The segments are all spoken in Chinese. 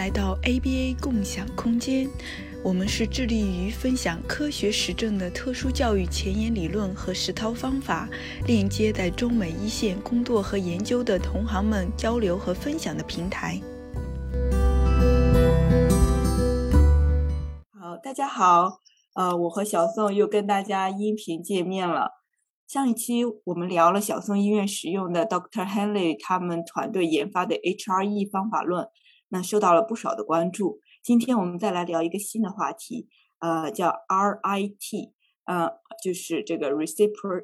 来到 ABA 共享空间。我们是致力于分享科学实证的特殊教育前沿理论和实操方法，链接在中美一线工作和研究的同行们交流和分享的平台。 好，大家好，我和小宋又跟大家音频见面了。上一期我们聊了小宋医院使用的 Dr. Henley 他们团队研发的 HRE 方法论，那受到了不少的关注。今天我们再来聊一个新的话题，叫 RIT， 就是这个 reciprocal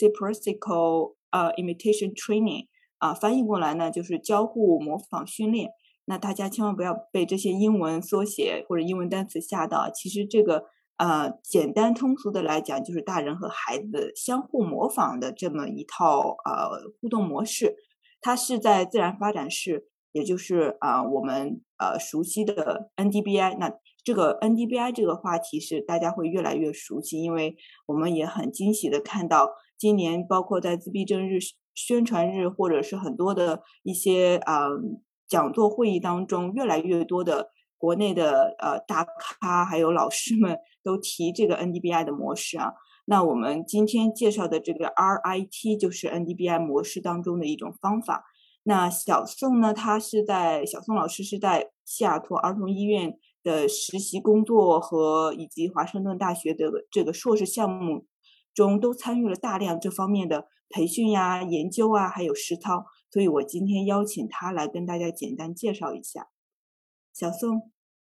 imitation training， 翻译过来呢就是交互模仿训练。那大家千万不要被这些英文缩写或者英文单词吓到，其实这个简单通俗的来讲，就是大人和孩子相互模仿的这么一套互动模式。它是在自然发展史，也就是我们熟悉的 NDBI。那这个 NDBI 这个话题是大家会越来越熟悉，因为我们也很惊喜的看到，今年包括在自闭症日宣传日，或者是很多的一些讲座会议当中，越来越多的国内的大咖还有老师们都提这个 NDBI 的模式啊。那我们今天介绍的这个 RIT 就是 NDBI 模式当中的一种方法。那小宋呢，小宋老师是在西雅图儿童医院的实习工作和以及华盛顿大学的这个硕士项目中都参与了大量这方面的培训呀、研究啊，还有实操。所以我今天邀请他来跟大家简单介绍一下。小宋。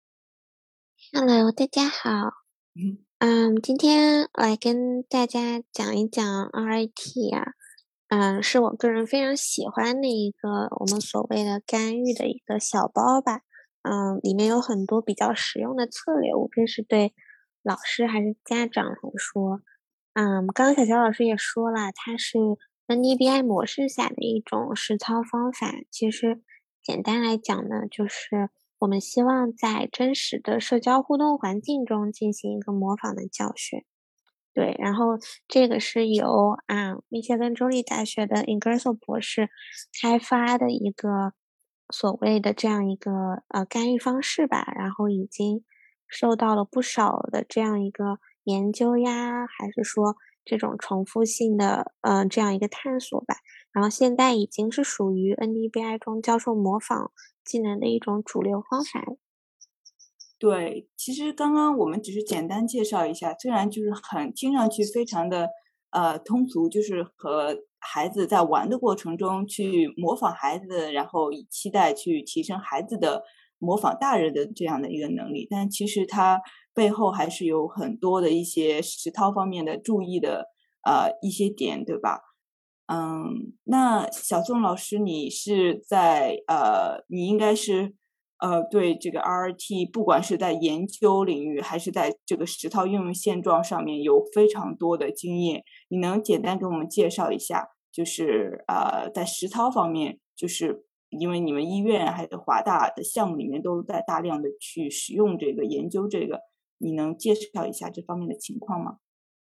Hello， 大家好。今天来跟大家讲一讲 RIT 啊，是我个人非常喜欢的一个我们所谓的干预的一个小包吧。里面有很多比较实用的策略，无论是对老师还是家长来说。刚刚小乔老师也说了，它是 NDBI 模式下的一种实操方法。其实简单来讲呢，就是我们希望在真实的社交互动环境中进行一个模仿的教学。对，然后这个是由密歇根州立大学的 Ingersoll 博士开发的一个所谓的这样一个干预方式吧，然后已经受到了不少的这样一个研究呀，还是说这种重复性的这样一个探索吧。然后现在已经是属于 NDBI 中教授模仿技能的一种主流方法。 对，其实刚刚我们只是简单介绍一下，虽然就是听上去非常的通俗，就是和孩子在玩的过程中去模仿孩子，然后以期待去提升孩子的模仿大人的这样的一个能力，但其实它背后还是有很多的一些实操方面的注意的一些点，对吧？那小宋老师，你是在你应该是对这个 RT 不管是在研究领域还是在这个实操应用现状上面有非常多的经验，你能简单给我们介绍一下，就是在实操方面，就是因为你们医院还有华大的项目里面都在大量的去使用这个研究这个，你能介绍一下这方面的情况吗？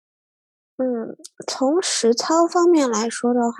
从实操方面来说的话，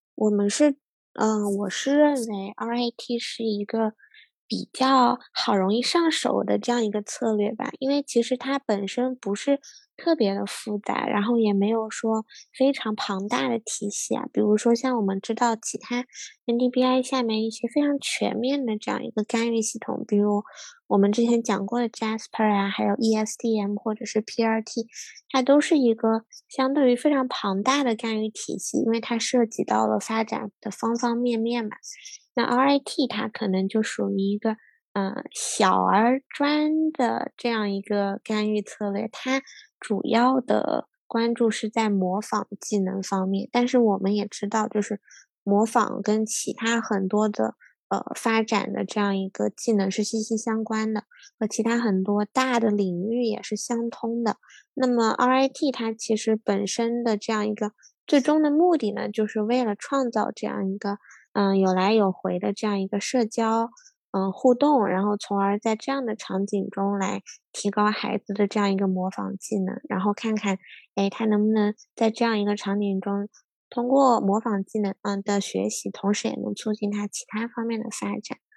我是认为 RIT 是一个比较好容易上手的这样一个策略吧，因为其实它本身不是特别的复杂，然后也没有说非常庞大的体系啊，比如说像我们知道其他 NDBI 下面一些非常全面的这样一个干预系统，比如我们之前讲过的 Jasper 还有 ESDM 或者是 PRT，它都是一个相对于非常庞大的干预体系，因为它涉及到了发展的方方面面嘛。那 RIT 它可能就属于一个小而专的这样一个干预策略，它主要的关注是在模仿技能方面，但是我们也知道，就是模仿跟其他很多的发展的这样一个技能是息息相关的，和其他很多大的领域也是相通的。那么 RIT 它其实本身的这样一个最终的目的呢，就是为了创造这样一个有来有回的这样一个社交互动，然后从而在这样的场景中来提高孩子的这样一个模仿技能，然后看看他能不能在这样一个场景中通过模仿技能的学习，同时也能促进他其他方面的发展。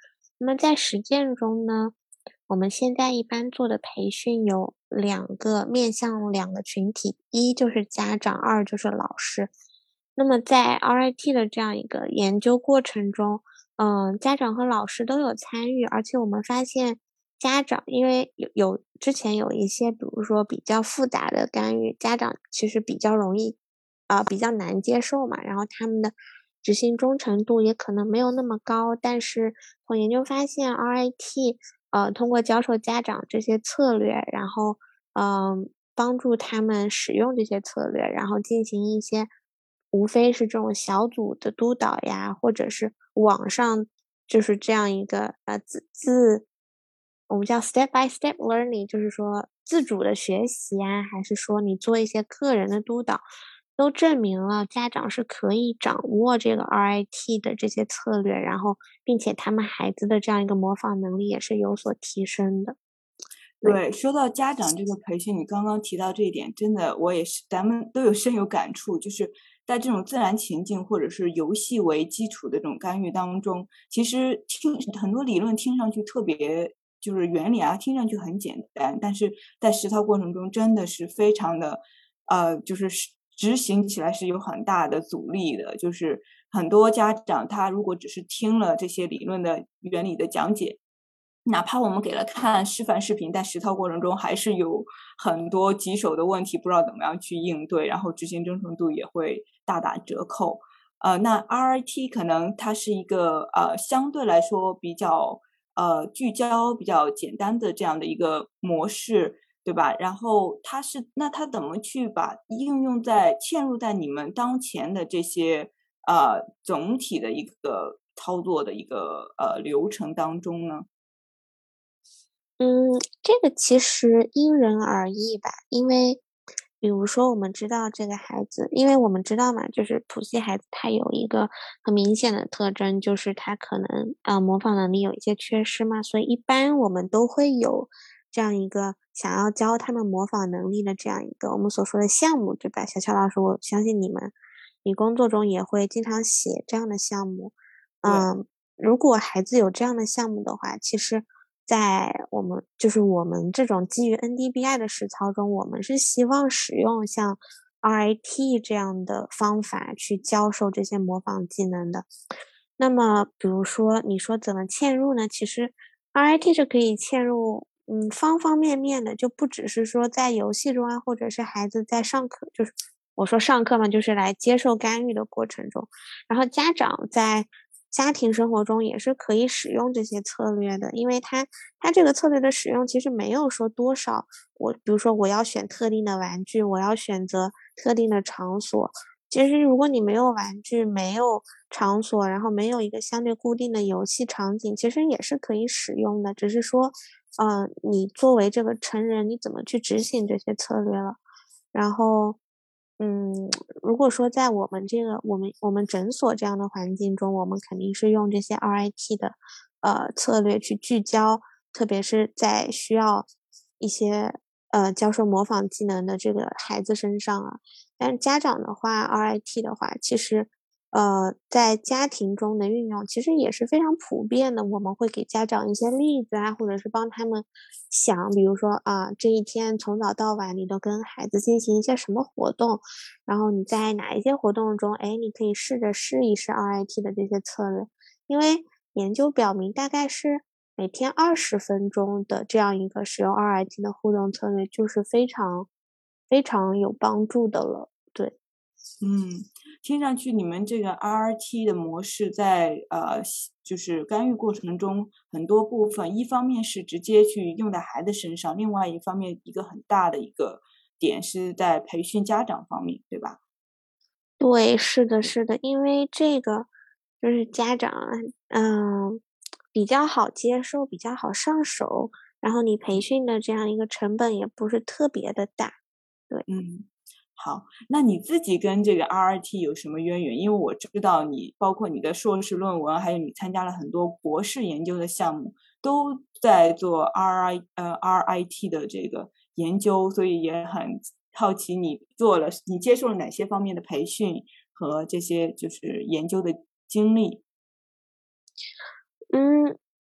那么在实践中呢，我们现在一般做的培训有面向两个群体，一就是家长，二就是老师。那么在 RIT 的这样一个研究过程中，家长和老师都有参与，而且我们发现家长因为之前有一些，比如说比较复杂的干预，家长其实比较容易，比较难接受嘛，然后他们的执行忠诚度也可能没有那么高。但是从研究发现，RIT 通过教授家长这些策略，然后帮助他们使用这些策略，然后进行一些无非是这种小组的督导呀，或者是网上就是这样一个我们叫 step by step learning，就是说自主的学习啊，还是说你做一些个人的督导，都证明了家长是可以掌握这个 RIT 的这些策略，然后并且他们孩子的这样一个模仿能力也是有所提升的。 对，说到家长这个培训，你刚刚提到这一点，真的我也是，咱们都有深有感触。就是在这种自然情境或者是游戏为基础的这种干预当中，其实很多理论听上去特别，就是原理啊，听上去很简单，但是在实操过程中真的是非常的，就是执行起来是有很大的阻力的。就是很多家长他如果只是听了这些理论的原理的讲解，哪怕我们给了看示范视频，在实操过程中还是有很多棘手的问题，不知道怎么样去应对，然后执行忠诚度也会大打折扣。那 RIT 可能它是一个相对来说比较聚焦、比较简单的这样的一个模式，对吧？然后它怎么去把嵌入在你们当前的这些总体的一个操作的一个流程当中呢？ 这个其实因人而异吧，因为比如说我们知道这个孩子，因为我们知道嘛，就是普系孩子他有一个很明显的特征，就是他可能模仿能力有一些缺失嘛，所以一般我们都会有这样一个想要教他们模仿能力的这样一个我们所说的项目，对吧？小乔老师，我相信你工作中也会经常写这样的项目。 对。 如果孩子有这样的项目的话，其实在我们这种基于 NDBI 的实操中，我们是希望使用像 RIT 这样的方法去教授这些模仿技能的。那么比如说你说怎么嵌入呢？其实 RIT 是可以嵌入方方面面的，就不只是说在游戏中啊，或者是孩子在上课，就是我说上课嘛，就是来接受干预的过程中，然后家长在家庭生活中也是可以使用这些策略的，因为它这个策略的使用其实没有说多少，比如说我要选特定的玩具，我要选择特定的场所。其实如果你没有玩具，没有场所，然后没有一个相对固定的游戏场景，其实也是可以使用的，只是说，你作为这个成人，你怎么去执行这些策略了。然后，如果说在我们这个我们诊所这样的环境中，我们肯定是用这些 RIT 的策略去聚焦，特别是在需要一些教授模仿技能的这个孩子身上啊。但家长的话，RIT 的话，其实在家庭中的运用其实也是非常普遍的。我们会给家长一些例子啊，或者是帮他们想，比如说这一天从早到晚你都跟孩子进行一些什么活动，然后你在哪一些活动中，你可以试一试 RIT 的这些策略。因为研究表明，大概是每天20分钟的这样一个使用 RIT 的互动策略，就是非常非常有帮助的了。对。 听上去你们这个 RRT 的模式在就是干预过程中很多部分，一方面是直接去用在孩子身上，另外一方面一个很大的一个点是在培训家长方面，对吧？ 对，是的，是的，因为这个就是家长，比较好接受，比较好上手，然后你培训的这样一个成本也不是特别的大。对。 好，那你自己跟这个 RRT 有什么渊源？因为我知道你包括你的硕士论文，还有你参加了很多博士研究的项目，都在做 RIT 的这个研究，所以也很好奇你接受了哪些方面的培训和这些就是研究的经历。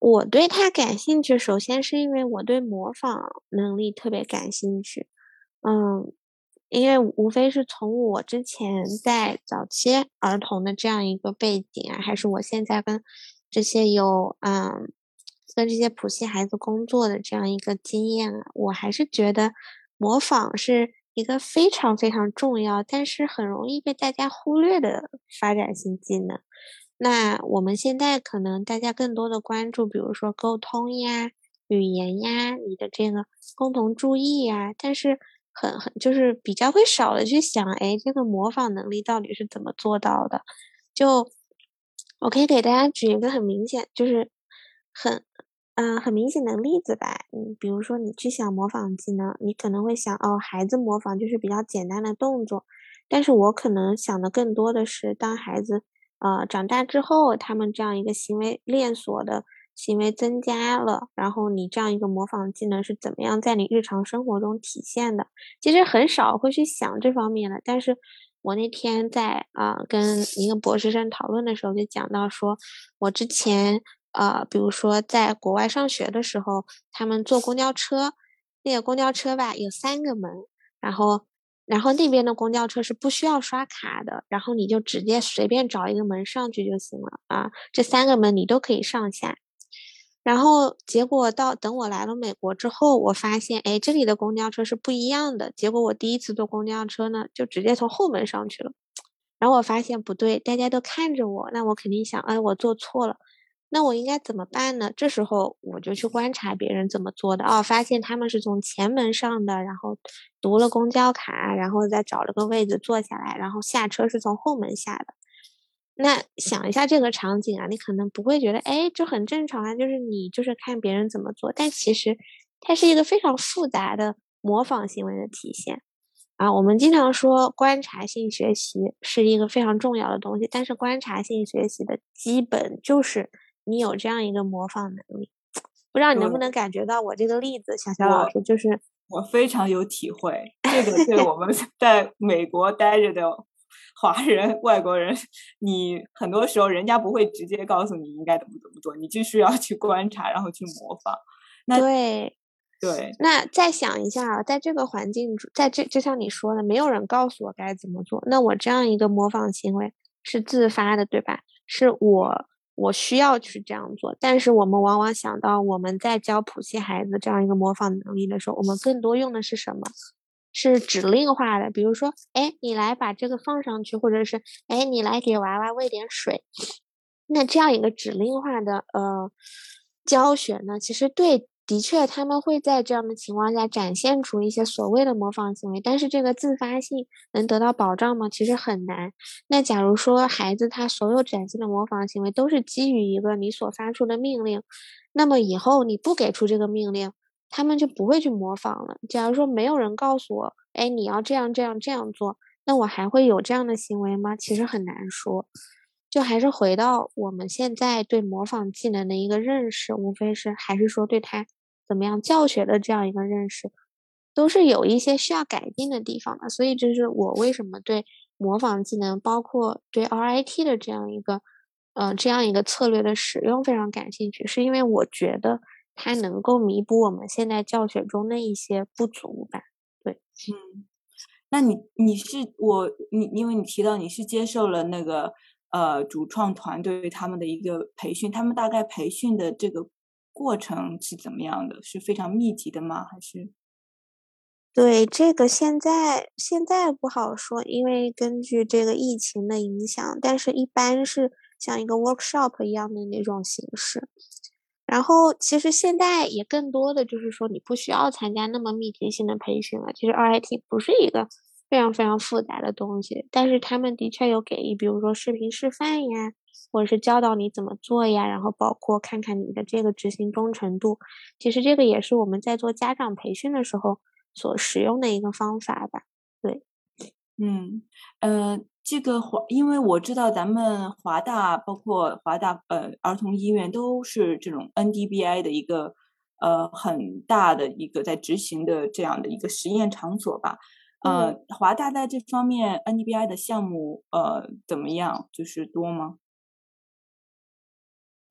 我对它感兴趣，首先是因为我对模仿能力特别感兴趣。因为无非是从我之前在早期儿童的这样一个背景啊，还是我现在跟这些跟这些普系孩子工作的这样一个经验啊，我还是觉得模仿是一个非常非常重要，但是很容易被大家忽略的发展性技能。那我们现在可能大家更多的关注，比如说沟通呀、语言呀、你的这个共同注意呀，但是就是比较会少的去想，哎，这个模仿能力到底是怎么做到的？就我可以给大家举一个很明显，就是很很明显的例子吧。比如说你去想模仿技能，你可能会想，哦，孩子模仿就是比较简单的动作，但是我可能想的更多的是，当孩子长大之后，他们这样一个行为链锁的行为增加了，然后你这样一个模仿技能是怎么样在你日常生活中体现的？其实很少会去想这方面的，但是我那天在跟一个博士生讨论的时候就讲到说，我之前比如说在国外上学的时候，他们坐公交车，那个公交车吧有3个门，然后那边的公交车是不需要刷卡的，然后你就直接随便找一个门上去就行了啊，这3个门你都可以上下。然后结果等我来了美国之后，我发现，哎，这里的公交车是不一样的。结果我第一次坐公交车呢，就直接从后门上去了。然后我发现不对，大家都看着我，那我肯定想，哎，我做错了，那我应该怎么办呢？这时候我就去观察别人怎么做的，发现他们是从前门上的，然后读了公交卡，然后再找了个位子坐下来，然后下车是从后门下的。那想一下这个场景啊，你可能不会觉得，哎，这很正常啊，就是你就是看别人怎么做，但其实它是一个非常复杂的模仿行为的体现啊。我们经常说观察性学习是一个非常重要的东西，但是观察性学习的基本就是你有这样一个模仿能力。不知道你能不能对， 感觉到我这个例子，小小老我师就是我非常有体会，这个对我们在美国待着的华人、外国人，你很多时候人家不会直接告诉你应该怎么做，你就需要去观察，然后去模仿。那对。 对， 那再想一下啊，在这个环境中，就像你说的，没有人告诉我该怎么做，那我这样一个模仿行为是自发的，对吧？是我需要去这样做，但是我们往往想到我们在教普系孩子这样一个模仿能力的时候，我们更多用的是什么？是指令化的，比如说，哎，你来把这个放上去，或者是，哎，你来给娃娃喂点水。那这样一个指令化的教学呢，其实的确他们会在这样的情况下展现出一些所谓的模仿行为，但是这个自发性能得到保障吗？其实很难。那假如说孩子他所有展现的模仿行为都是基于一个你所发出的命令，那么以后你不给出这个命令，他们就不会去模仿了。假如说没有人告诉我，哎，你要这样这样这样做，那我还会有这样的行为吗？其实很难说。就还是回到我们现在对模仿技能的一个认识，无非是还是说对它怎么样教学的这样一个认识，都是有一些需要改进的地方的。所以这是我为什么对模仿技能，包括对 RIT 的这样一个策略的使用非常感兴趣，是因为我觉得它能够弥补我们现在教学中的一些不足吧。对。 嗯。那你因为你提到你是接受了那个主创团队他们的一个培训，他们大概培训的这个过程是怎么样的？是非常密集的吗？还是？ 对，这个现在不好说，因为根据这个疫情的影响，但是一般是像一个 workshop 一样的那种形式。然后其实现在也更多的就是说，你不需要参加那么密集性的培训了。其实 RIT 不是一个非常非常复杂的东西，但是他们的确有给予，比如说视频示范呀，或者是教导你怎么做呀，然后包括看看你的这个执行忠诚度。其实这个也是我们在做家长培训的时候所使用的一个方法吧。对。 嗯，这个因为我知道咱们华大，包括华大儿童医院都是这种 NDBI 的一个很大的一个在执行的这样的一个实验场所吧。华大在这方面 NDBI 的项目怎么样？就是多吗？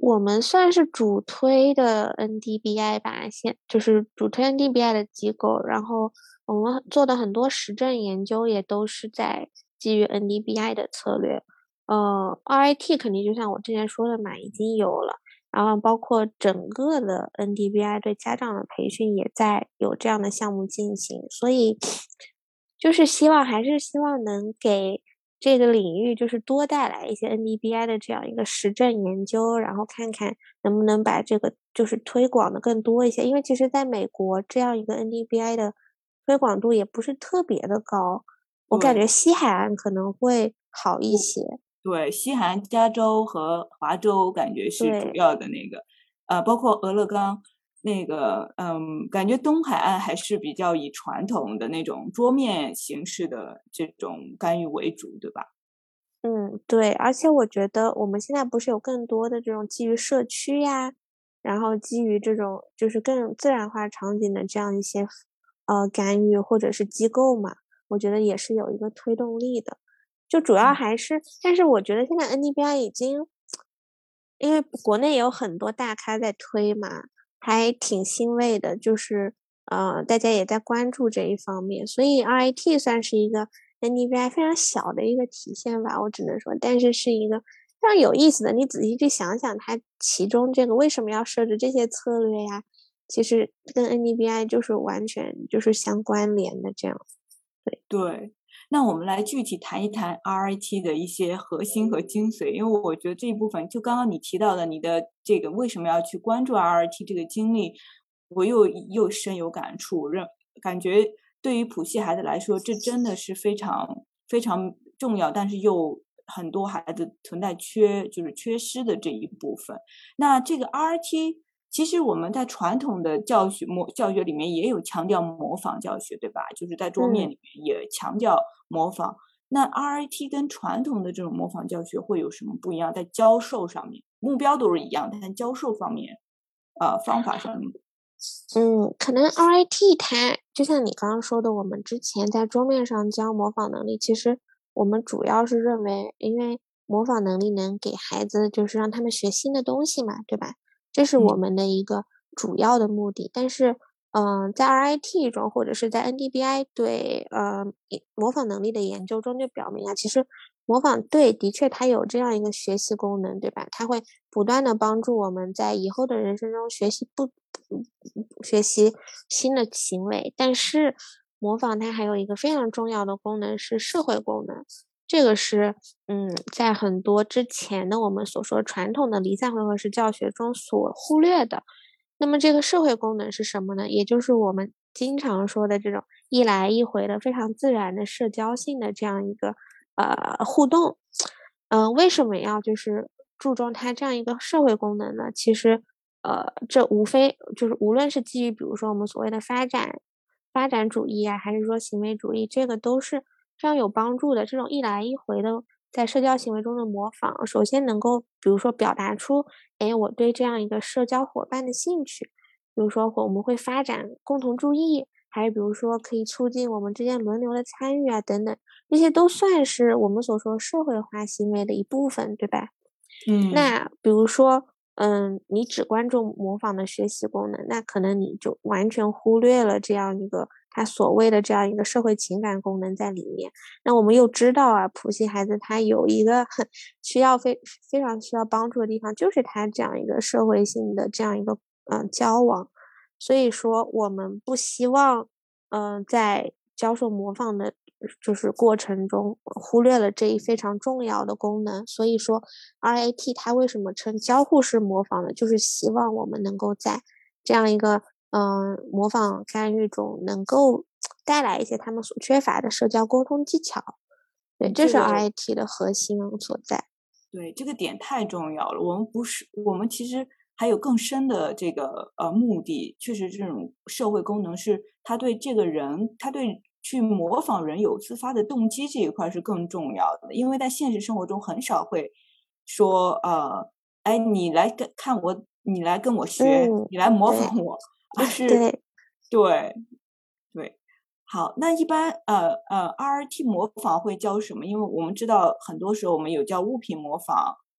我们算是主推的 NDBI 吧，就是主推 NDBI 的机构，然后我们做的很多实证研究也都是在基于 NDBI 的策略。RIT 肯定就像我之前说的嘛，已经有了，然后包括整个的 NDBI 对家长的培训也在有这样的项目进行，所以就是还是希望能给这个领域就是多带来一些 NDBI 的这样一个实证研究，然后看看能不能把这个就是推广的更多一些。因为其实在美国这样一个 NDBI 的推广度也不是特别的高，我感觉对， 西海岸可能会好一些。 对，西海岸加州和华州感觉是主对， 要的那个，包括俄勒冈那个，感觉东海岸还是比较以传统的那种桌面形式的这种干预为主，对吧？ 对，而且我觉得我们现在不是有更多的这种基于社区呀，然后基于这种就是更自然化场景的这样一些干预或者是机构嘛，我觉得也是有一个推动力的。就主要还是，但是我觉得现在 NDBI 已经，因为国内也有很多大咖在推嘛，还挺欣慰的，就是大家也在关注这一方面，所以 RIT 算是一个 NDBI 非常小的一个体现吧，我只能说，但是是一个非常有意思的。你仔细去想想，它其中这个为什么要设置这些策略呀？其实跟 NDBI 就是完全就是相关联的这样。 对，那我们来具体谈一谈 RIT 的一些核心和精髓，因为我觉得这一部分，就刚刚你提到的你的这个为什么要去关注 RIT 这个经历，我又深有感触，感觉对于普系孩子来说，这真的是非常非常重要，但是又很多孩子存在就是缺失的这一部分。那这个 RIT。其实我们在传统的教学里面也有强调模仿教学，对吧？就是在桌面嗯。 里面也强调模仿。那 RIT 跟传统的这种模仿教学会有什么不一样？在教授上面，目标都是一样，但教授方面，方法上面， 可能 RIT 它就像你刚刚说的，我们之前在桌面上教模仿能力，其实我们主要是认为，因为模仿能力能给孩子就是让他们学新的东西嘛，对吧？这是我嗯们的一个主要的目的。但是，在 RIT 中或者是在 NDBI 对模仿能力的研究中就表明啊，其实模仿对的确它有这样一个学习功能，对吧？它会不断的帮助我们在以后的人生中学习新的行为，但是模仿它还有一个非常重要的功能是社会功能，这个是在很多之前的我们所说传统的离散回合式教学中所忽略的。那么这个社会功能是什么呢？也就是我们经常说的这种一来一回的非常自然的社交性的这样一个互动。为什么要就是注重它这样一个社会功能呢？其实，这无非就是无论是基于比如说我们所谓的发展主义啊，还是说行为主义，这个都是非常有帮助的。这种一来一回的在社交行为中的模仿，首先能够比如说表达出，我对这样一个社交伙伴的兴趣，比如说我们会发展共同注意，还是比如说可以促进我们之间轮流的参与啊等等。这些都算是我们所说社会化行为的一部分，对吧？ 嗯， 那比如说，你只关注模仿的学习功能，那可能你就完全忽略了这样一个他所谓的这样一个社会情感功能在里面。那我们又知道啊，普系孩子他有一个很非常需要帮助的地方，就是他这样一个社会性的这样一个交往。所以说，我们不希望在教授模仿的就是过程中忽略了这一非常重要的功能。所以说，RAT 它为什么称交互式模仿呢？就是希望我们能够在这样一个模仿干预中，能够带来一些他们所缺乏的社交沟通技巧。对，这是这个 RAT 的核心所在。 对，这个点太重要了。我们其实还有更深的这个目的，确实这种社会功能是他对这个人，他对去模仿人有自发的动机这一块是更重要的。因为在现实生活中很少会说哎，你来跟我学， 嗯， 你来模对， 仿我，而是对。 对对。好，那一般RT 模仿会教什么？因为我们知道很多时候我们有教物品模仿，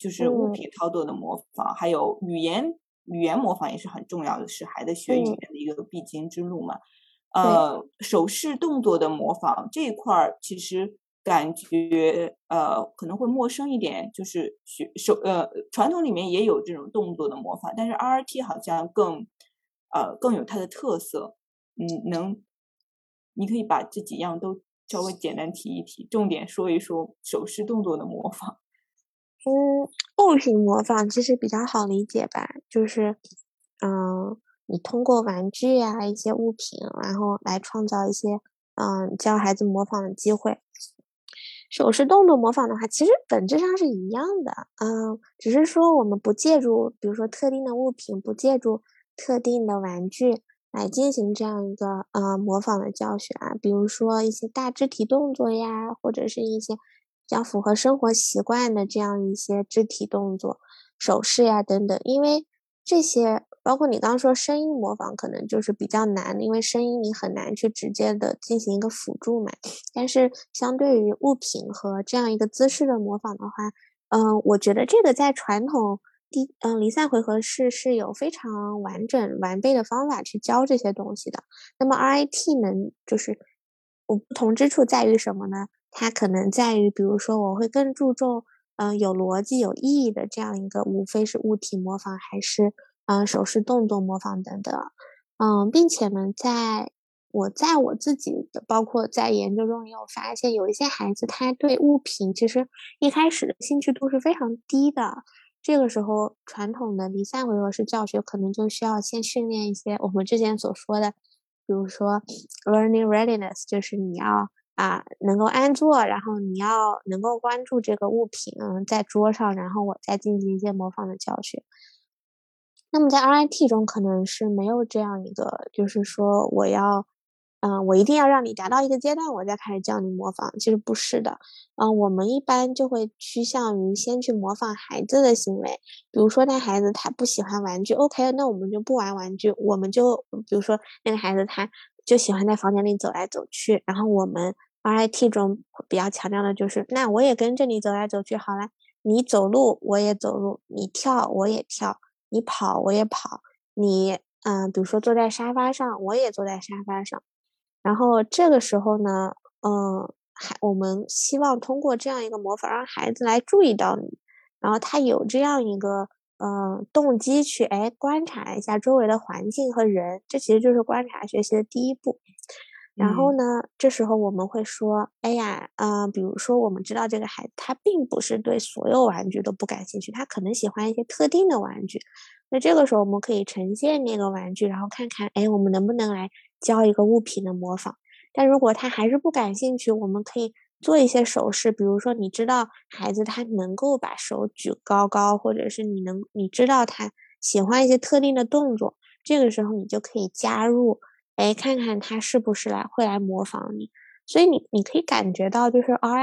就是物品操作的模仿，还有语言模仿也是很重要的，是孩子学语言的一个必经之路嘛。手势动作的模仿这一块儿，其实感觉可能会陌生一点，就是传统里面也有这种动作的模仿，但是 RRT 好像更有它的特色。你可以把这几样都稍微简单提一提，重点说一说手势动作的模仿。 物品模仿其实比较好理解吧，就是你通过玩具啊一些物品，然后来创造一些教孩子模仿的机会。手势动作模仿的话，其实本质上是一样的，只是说我们不借助，比如说特定的物品，不借助特定的玩具来进行这样一个模仿的教学啊，比如说一些大肢体动作呀，或者是一些比较符合生活习惯的这样一些肢体动作、手势呀等等，因为这些包括你刚刚说声音模仿可能就是比较难的，因为声音你很难去直接的进行一个辅助嘛。但是相对于物品和这样一个姿势的模仿的话，我觉得这个在传统离散回合式是有非常完整完备的方法去教这些东西的。那么 RIT 呢，就是我不同之处在于什么呢？它可能在于，比如说我会更注重有逻辑、有意义的这样一个，无非是物体模仿还是手势动作模仿等等。并且呢，在我自己的，包括在研究中也有发现，有一些孩子他对物品其实一开始的兴趣度是非常低的。这个时候，传统的离散回合式教学可能就需要先训练一些我们之前所说的，比如说 learning readiness，就是你要能够安坐，然后你要能够关注这个物品在桌上，然后我再进行一些模仿的教学。那么在 RIT 中可能是没有这样一个，就是说我一定要让你达到一个阶段，我再开始教你模仿，其实不是的。我们一般就会趋向于先去模仿孩子的行为，比如说那孩子他不喜欢玩具，OK，那我们就不玩玩具，我们就比如说那个孩子他就喜欢在房间里走来走去，然后我们 RIT 中比较强调的就是，那我也跟着你走来走去，好了，你走路我也走路，你跳我也跳。你跑我也跑，你比如说坐在沙发上，我也坐在沙发上。然后这个时候呢，我们希望通过这样一个模仿，让孩子来注意到你，然后他有这样一个动机去观察一下周围的环境和人，这其实就是观察学习的第一步。然后呢，这时候我们会说，比如说我们知道这个孩子他并不是对所有玩具都不感兴趣，他可能喜欢一些特定的玩具。那这个时候我们可以呈现那个玩具，然后看看，我们能不能来教一个物品的模仿。但如果他还是不感兴趣，我们可以做一些手势，比如说你知道孩子他能够把手举高高，或者是你知道他喜欢一些特定的动作，这个时候你就可以加入。看看他是不是会来模仿你，所以你可以感觉到，就是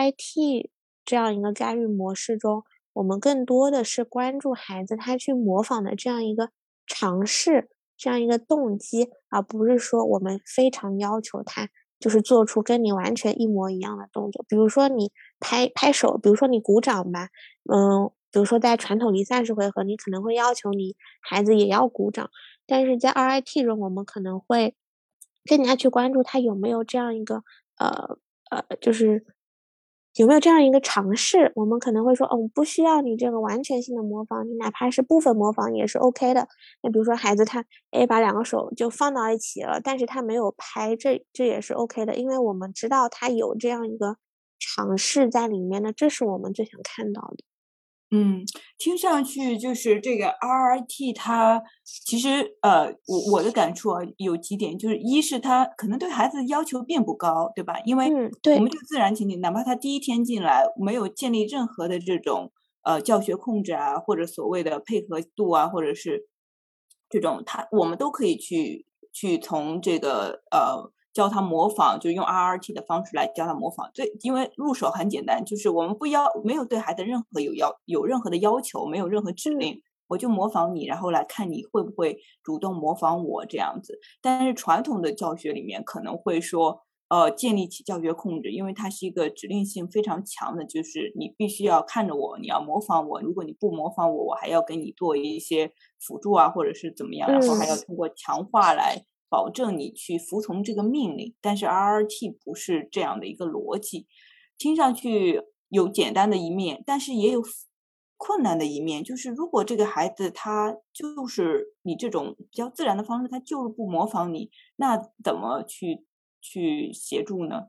RIT 这样一个干预模式中，我们更多的是关注孩子他去模仿的这样一个尝试，这样一个动机，而不是说我们非常要求他就是做出跟你完全一模一样的动作。比如说你拍手，比如说你鼓掌吧，比如说在传统离散式回合，你可能会要求你孩子也要鼓掌，但是在 RIT 中，我们可能会更加去关注他有没有这样一个就是有没有这样一个尝试。我们可能会说，不需要你这个完全性的模仿，你哪怕是部分模仿也是 OK 的。那比如说孩子他把两个手就放到一起了，但是他没有拍，这也是 OK 的，因为我们知道他有这样一个尝试在里面呢，这是我们最想看到的。 听上去就是这个 RRT 它其实我的感触有几点，就是一是它可能对孩子的要求并不高，对吧？因为对， 我们就自然情景，哪怕他第一天进来没有建立任何的这种教学控制啊，或者所谓的配合度啊，或者是这种我们都可以去从这个教他模仿，就用 RRT 的方式来教他模仿。因为入手很简单，就是我们没有对孩子有任何的要求，没有任何指令，我就模仿你，然后来看你会不会主动模仿我这样子。但是传统的教学里面可能会说， 建立起教学控制，因为它是一个指令性非常强的，就是你必须要看着我，你要模仿我，如果你不模仿我，我还要给你做一些辅助啊，或者是怎么样，然后还要通过强化来保证你去服从这个命令。但是 RRT 不是这样的一个逻辑，听上去有简单的一面，但是也有困难的一面，就是如果这个孩子他就是你这种比较自然的方式，他就是不模仿你，那怎么去协助呢？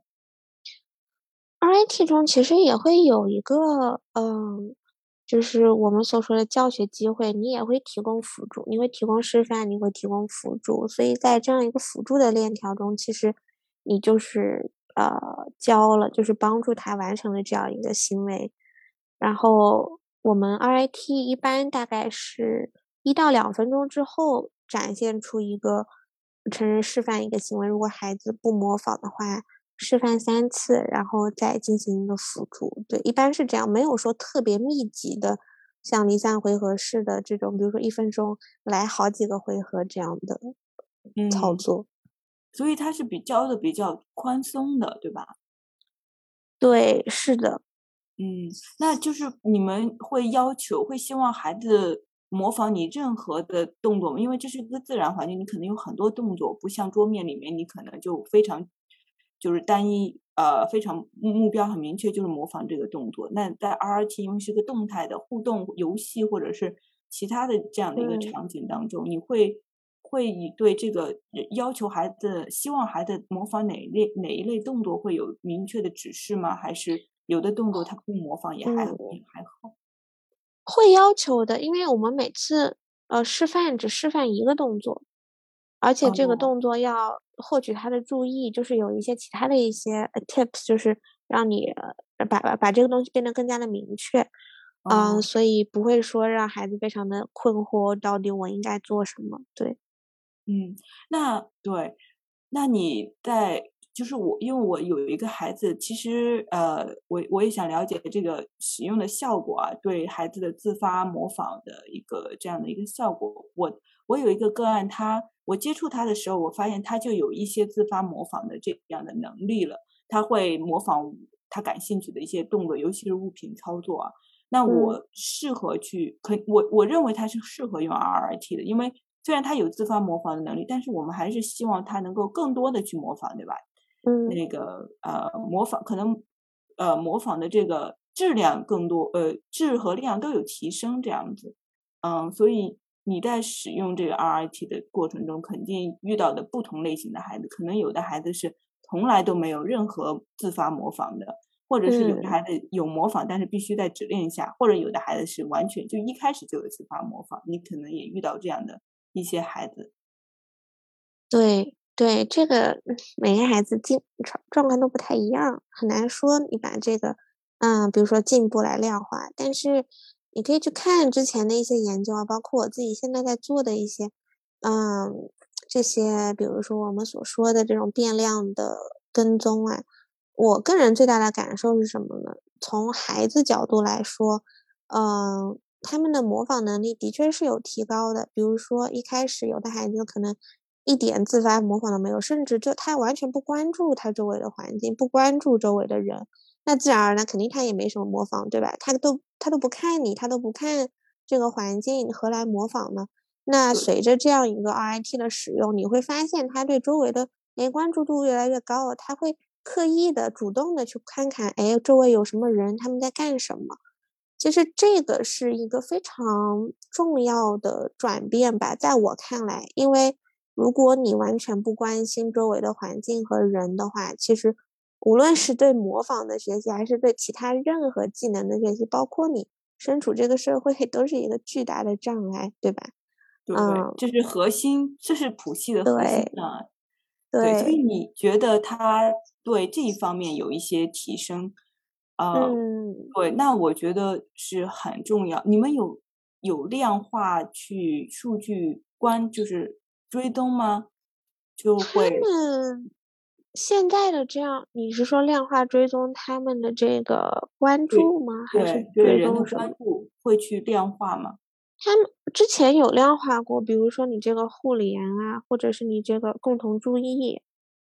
RIT 中其实也会有一个，就是我们所说的教学机会，你也会提供辅助，你会提供示范，你会提供辅助，所以在这样一个辅助的链条中，其实你就是教了，就是帮助他完成了这样一个行为。然后我们 RIT 一般大概是1到2分钟之后展现出一个成人示范一个行为，如果孩子不模仿的话，示范3次，然后再进行一个辅助。对，一般是这样，没有说特别密集的，像离散回合式的这种，比如说1分钟来好几个回合这样的操嗯， 作。 所以他是教的比较宽松的，对吧？ 对，是的。 那就是你们会希望孩子模仿你任何的动作吗？因为这是一个自然环境，你可能有很多动作，不像桌面里面，你可能就非常就是单一，非常目标很明确，就是模仿这个动作。那在 RRT 因为是个动态的互动游戏，或者是其他的这样的一个嗯。 场景当中，你会以对这个要求孩子，希望孩子模仿哪一类动作会有明确的指示吗？还是有的动作他不模仿嗯。 也还好？ 会要求的，因为我们每次示范只示范一个动作，而且这个哦， 动作要获取他的注意，就是有一些其他的一些tips，就是让你把这个东西变得更加的明确。 哦， 所以不会说让孩子非常的困惑，到底我应该做什么？对。 嗯，对，那你就是因为我有一个孩子，其实我也想了解这个使用的效果啊，对孩子的自发模仿的这样的一个效果。我有一个个案，我接触他的时候，我发现他就有一些自发模仿的这样的能力了，他会模仿他感兴趣的一些动作，尤其是物品操作啊。那嗯。 我适合我认为他是适合用 RRT 的，因为虽然他有自发模仿的能力，但是我们还是希望他能够更多的去模仿，对吧？ 嗯。 那个模仿可能模仿的这个质量更多，质和量都有提升这样子。所以你在使用这个 RIT 的过程中，肯定遇到的不同类型的孩子，可能有的孩子是从来都没有任何自发模仿的，或者是有的嗯。 孩子有模仿，但是必须在指令下，或者有的孩子是完全就一开始就有自发模仿，你可能也遇到这样的一些孩子。 对对，这个每个孩子状况都不太一样，很难说你把这个，比如说进步来量化。但是你可以去看之前的一些研究啊，包括我自己现在在做的一些，这些比如说我们所说的这种变量的跟踪啊，我个人最大的感受是什么呢？从孩子角度来说，他们的模仿能力的确是有提高的。比如说一开始有的孩子可能一点自发模仿都没有，甚至就他完全不关注他周围的环境，不关注周围的人，那自然而然肯定他也没什么模仿，对吧？他都不看你，他都不看这个环境，何来模仿呢？那对， 随着这样一个 RIT 的使用，你会发现他对周围的关注度越来越高，他会刻意的、主动的去看看，哎，周围有什么人，他们在干什么。其实这个是一个非常重要的转变吧，在我看来，因为如果你完全不关心周围的环境和人的话，其实无论是对模仿的学习，还是对其他任何技能的学习，包括你身处这个社会，都是一个巨大的障碍，对吧？ 对， 嗯。 这是谱系的核心对啊。对，所以对。 你觉得他对这一方面有一些提升， 嗯。 对，那我觉得是很重要。你们有量化去数据就是追踪吗？就他会们现在的这样，你是说量化追踪他们的这个关对注吗？还是对追人的踪什么？ 关注会去量化吗？ 他们之前有量化过，比如说你这个互联啊，或者是你这个共同注意，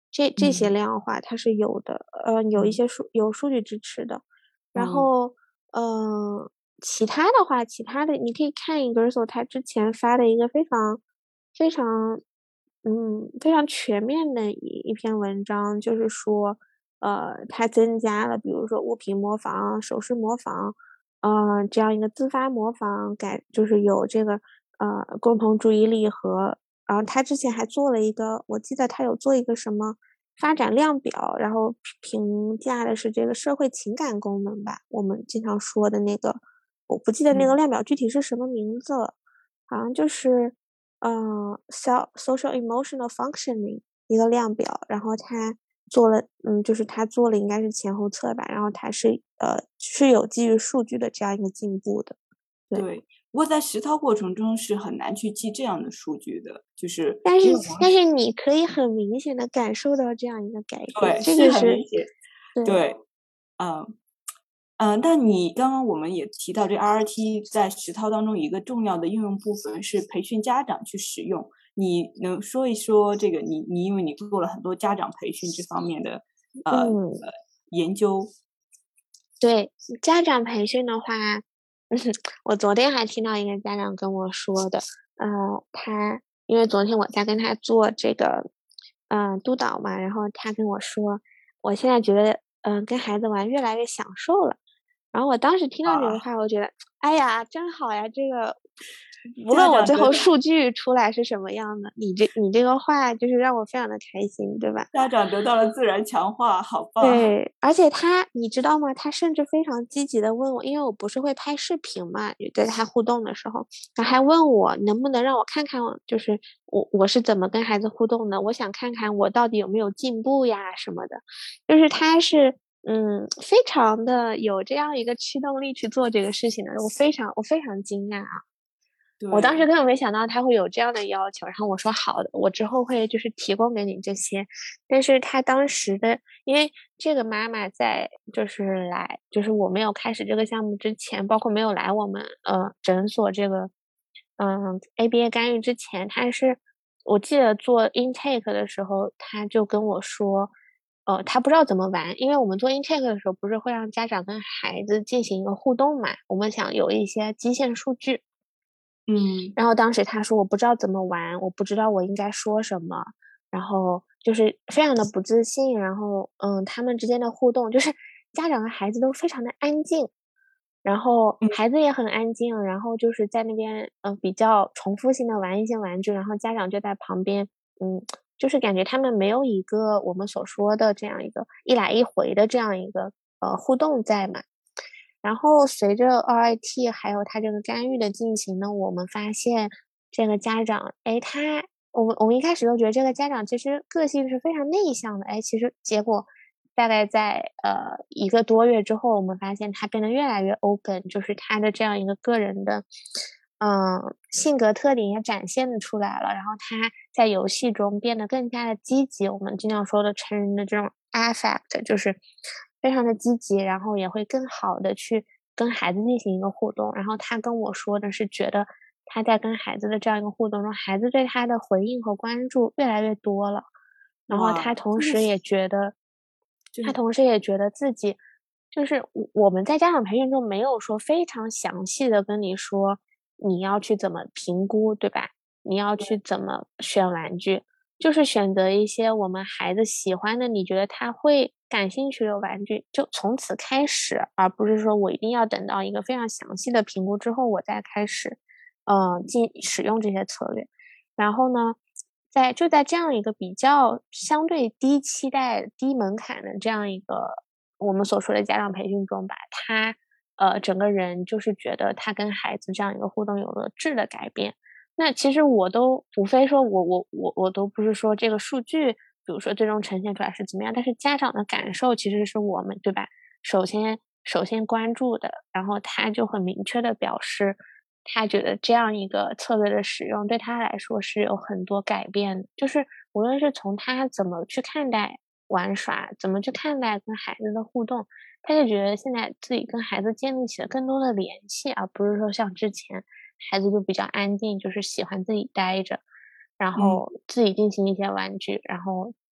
这些量化它是有的，有一些有数据支持的。然后其他的你可以看Ingersoll他之前发的一个非常非常非常全面的一篇文章，就是说它增加了比如说物品模仿、手势模仿这样一个自发模仿就是有这个共同注意力和然后他之前还做了一个，我记得他有做一个什么发展量表，然后评价的是这个社会情感功能吧，我们经常说的那个，我不记得那个量表具体是什么名字了，好像就是social emotional functioning 一个量表，然后他做了就是他做了应该是前后测吧，然后他是有基于数据的这样一个进步的。 对，不过在实操过程中是很难去记这样的数据的，就是但是你可以很明显的感受到这样一个改变， 对， 这个很明显， 对， 但你刚刚我们也提到，这 RRT 在实操当中一个重要的应用部分是培训家长去使用。你能说一说这个？你因为你做了很多家长培训这方面的研究。 对，家长培训的话，我昨天还听到一个家长跟我说的，他因为昨天我在跟他做这个督导嘛，然后他跟我说，我现在觉得跟孩子玩越来越享受了。然后我当时听到这个话，我觉得，哎呀，真好呀！这个，无论我最后数据出来是什么样的，你这个话就是让我非常的开心，对吧？ 家长得到了自然强化，好棒！ 对，而且你知道吗？他甚至非常积极的问我，因为我不是会拍视频嘛，跟他互动的时候，他还问我能不能让我看看，就是我是怎么跟孩子互动的，我想看看我到底有没有进步呀什么的，就是他是。非常的有这样一个驱动力去做这个事情的，我非常惊讶啊！我当时根本没想到他会有这样的要求，然后我说好的，我之后会就是提供给你这些。但是他当时的，因为这个妈妈在就是我没有开始这个项目之前，包括没有来我们诊所这个ABA 干预之前，我记得做 intake 的时候，他就跟我说。他不知道怎么玩，因为我们做 intake 的时候，不是会让家长跟孩子进行一个互动嘛？我们想有一些基线数据。然后当时他说我不知道怎么玩，我不知道我应该说什么，然后就是非常的不自信，然后他们之间的互动就是家长和孩子都非常的安静，然后孩子也很安静，然后就是在那边比较重复性的玩一些玩具，然后家长就在旁边就是感觉他们没有一个我们所说的这样一个一来一回的这样一个互动在嘛。然后随着 RIT 还有它这个干预的进行呢，我们发现这个家长，我们一开始都觉得这个家长其实个性是非常内向的，其实结果大概在1个多月之后，我们发现他变得越来越 open，就是他的这样一个个人的性格特点也展现的出来了，然后他在游戏中变得更加的积极，我们经常说的成人的这种 affect 就是非常的积极，然后也会更好的去跟孩子进行一个互动。然后他跟我说的是觉得他在跟孩子的这样一个互动中，孩子对他的回应和关注越来越多了。然后他同时也觉得自己就是我们在家长培训中没有说非常详细的跟你说你要去怎么评估，对吧？你要去怎么选玩具，就是选择一些我们孩子喜欢的，你觉得他会感兴趣的玩具，就从此开始，而不是说我一定要等到一个非常详细的评估之后，我再开始，使用这些策略。然后呢，在这样一个比较相对低期待、低门槛的这样一个我们所说的家长培训中吧，他整个人就是觉得他跟孩子这样一个互动有了质的改变。那其实我都无非说我都不是说这个数据，比如说最终呈现出来是怎么样，但是家长的感受其实是我们对吧？首先关注的，然后他就很明确的表示，他觉得这样一个策略的使用对他来说是有很多改变的，就是无论是从他怎么去看待玩耍，怎么去看待跟孩子的互动，他就觉得现在自己跟孩子建立起了更多的联系，而不是说像之前孩子就比较安静，就是喜欢自己待着，然后自己进行一些玩具，然后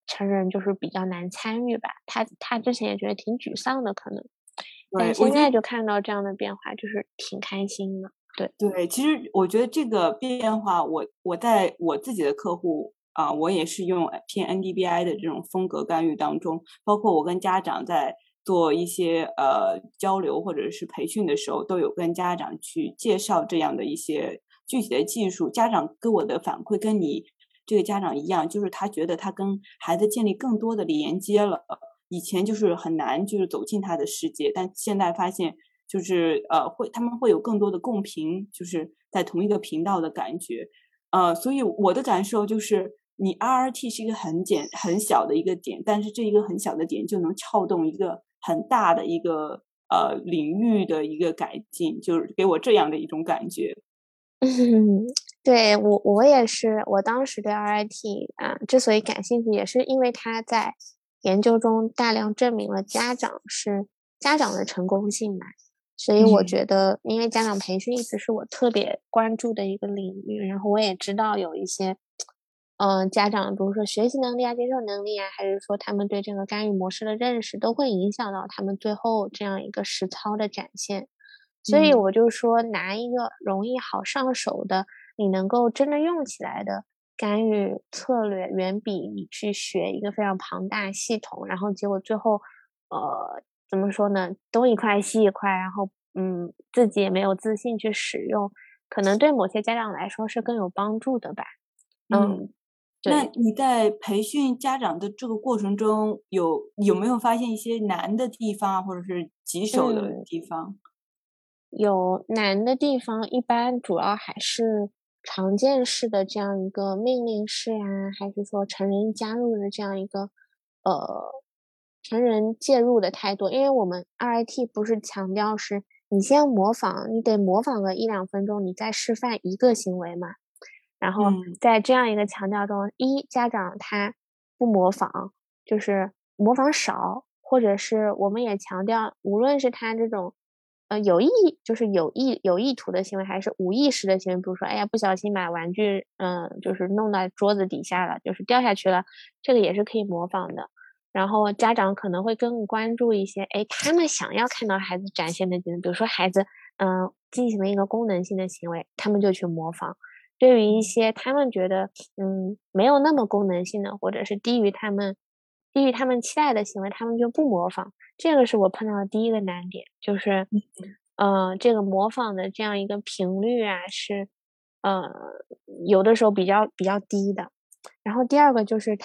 成人就是比较难参与吧。他之前也觉得挺沮丧的可能，但对，我觉得现在就看到这样的变化，就是挺开心的。对对，其实我觉得这个变化，我在我自己的客户我也是用偏 NDBI 的这种风格干预当中，包括我跟家长在做一些交流或者是培训的时候，都有跟家长去介绍这样的一些具体的技术。家长给我的反馈跟你这个家长一样，就是他觉得他跟孩子建立更多的连接了。以前就是很难就是走进他的世界，但现在发现就是他们会有更多的共频，就是在同一个频道的感觉。所以我的感受就是，你 RRT 是一个很小的一个点，但是这一个很小的点就能撬动一个很大的一个领域的一个改进，就是给我这样的一种感觉。 对，我也是，我当时对 RIT 之所以感兴趣，也是因为他在研究中大量证明了家长的成功性嘛。所以我觉得，因为家长培训一直是我特别关注的一个领域，然后我也知道有一些，家长比如说学习能力啊、接受能力啊，还是说他们对这个干预模式的认识，都会影响到他们最后这样一个实操的展现。所以我就说，拿一个容易好上手的，你能够真的用起来的干预策略，远比你去学一个非常庞大系统，然后结果最后，怎么说呢，东一块西一块，然后自己也没有自信去使用，可能对某些家长来说是更有帮助的吧。 嗯，那对。 你在培训家长的这个过程中，有没有发现一些难的地方，或者是棘手的嗯。 地方？ 有难的地方，一般主要还是常见式的这样一个命令式呀，还是说成人加入的这样一个成人介入的态度。因为我们 RIT 不是强调是你先模仿，你得模仿个1-2分钟，你再示范一个行为嘛。然后嗯。 在这样一个强调中，家长他不模仿，就是模仿少，或者是我们也强调，无论是他这种就是有意图的行为，还是无意识的行为，比如说，哎呀，不小心把玩具，就是弄到桌子底下了，就是掉下去了，这个也是可以模仿的。然后家长可能会更关注一些，哎，他们想要看到孩子展现的技能，比如说孩子，进行了一个功能性的行为，他们就去模仿。对于一些他们觉得，没有那么功能性的，或者是低于他们期待的行为，他们就不模仿。这个是我碰到的第一个难点，就是，这个模仿的这样一个频率啊，是，呃，有的时候比较低的。然后第二个就是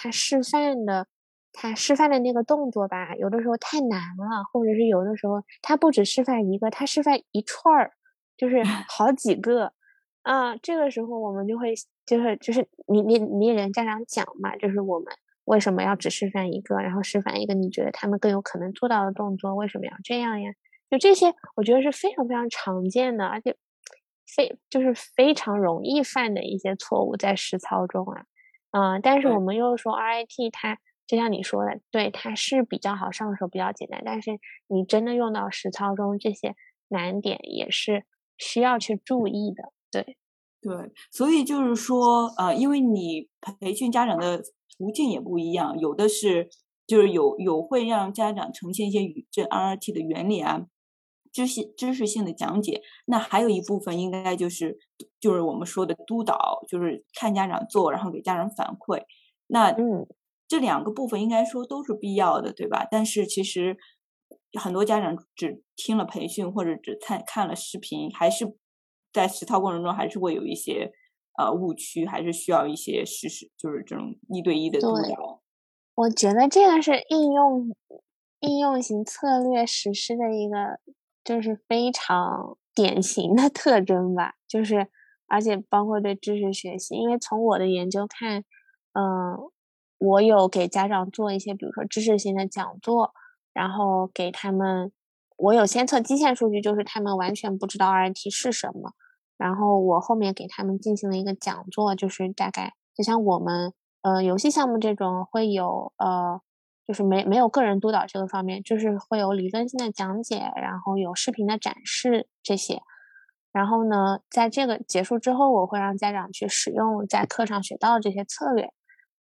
他示范的那个动作吧，有的时候太难了，或者是有的时候他不止示范一个，他示范一串儿，就是好几个。这个时候我们就是你也跟家长讲嘛，就是我们为什么要只示范一个，然后示范一个你觉得他们更有可能做到的动作，为什么要这样呀？就这些我觉得是非常非常常见的，而且就是非常容易犯的一些错误在实操中啊。但是我对。 们又说 RIT 它就像你说的，对，它是比较好上手，比较简单，但是你真的用到实操中，这些难点也是需要去注意的，对。 对，所以就是说，因为你培训家长的途径也不一样，有的是就是有会让家长呈现一些这 RRT 的原理啊，知识性的讲解，那还有一部分应该就是我们说的督导，就是看家长做，然后给家长反馈。那嗯。 这两个部分应该说都是必要的，对吧？但是其实很多家长只听了培训或者只看了视频，还是在实操过程中还是会有一些误区，还是需要一些就是这种1对1的督对。 导。 我觉得这个是应用型策略实施的一个就是非常典型的特征吧，就是而且包括对知识学习，因为从我的研究看，我有给家长做一些，比如说知识型的讲座，然后给他们，我有先测基线数据，就是他们完全不知道 RIT 是什么，然后我后面给他们进行了一个讲座，就是大概就像我们游戏项目这种会有就是没有个人督导这个方面，就是会有理论性的讲解，然后有视频的展示这些。然后呢，在这个结束之后，我会让家长去使用在课上学到的这些策略，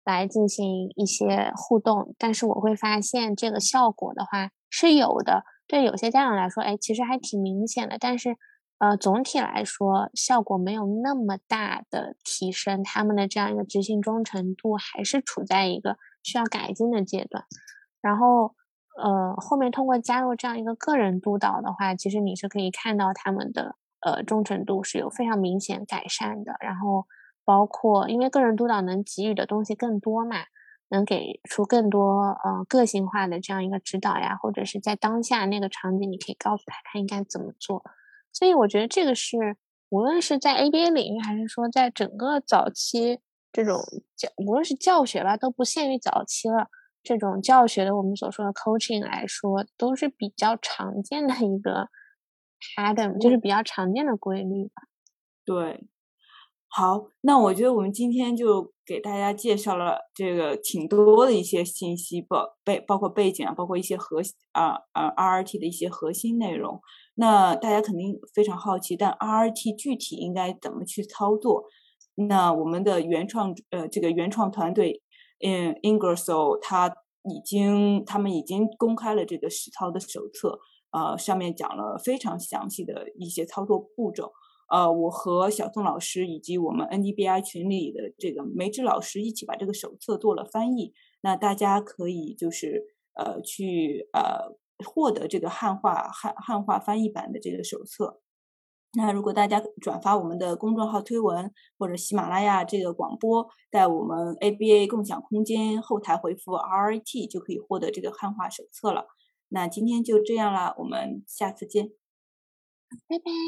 来进行一些互动，但是我会发现这个效果的话是有的，对有些家长来说，其实还挺明显的，但是总体来说效果没有那么大的提升，他们的这样一个执行忠诚度还是处在一个需要改进的阶段。然后后面通过加入这样一个个人督导的话，其实你是可以看到他们的忠诚度是有非常明显改善的。然后包括因为个人督导能给予的东西更多嘛，能给出更多个性化的这样一个指导呀，或者是在当下那个场景，你可以告诉他应该怎么做。所以我觉得这个是无论是在 ABA 领域，还是说在整个早期这种无论是教学吧，都不限于早期了。这种教学的我们所说的 coaching 来说，都是比较常见的一个 pattern， 就是比较常见的规律吧。 对，好，那我觉得我们今天就给大家介绍了这个挺多的一些信息，包括背景啊，包括一些RRT 的一些核心内容。那大家肯定非常好奇，但 RRT 具体应该怎么去操作？那我们的原创团队Ingersoll 他们已经公开了这个实操的手册，上面讲了非常详细的一些操作步骤。我和小宋老师以及我们 NDBI 群里的这个梅芝老师一起把这个手册做了翻译。那大家可以就是去获得这个汉化翻译版的这个手册。那如果大家转发我们的公众号推文或者喜马拉雅这个广播，在我们 ABA 共享空间后台回复 RRT 就可以获得这个汉化手册了。那今天就这样啦，我们下次见， 拜拜。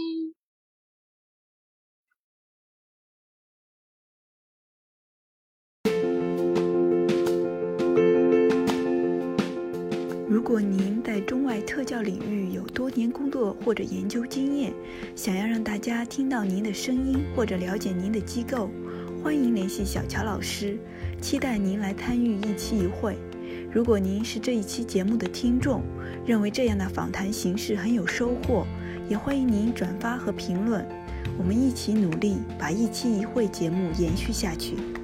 如果您在中外特教领域有多年工作或者研究经验，想要让大家听到您的声音或者了解您的机构，欢迎联系小乔老师，期待您来参与一期一会。如果您是这一期节目的听众，认为这样的访谈形式很有收获，也欢迎您转发和评论，我们一起努力把一期一会节目延续下去。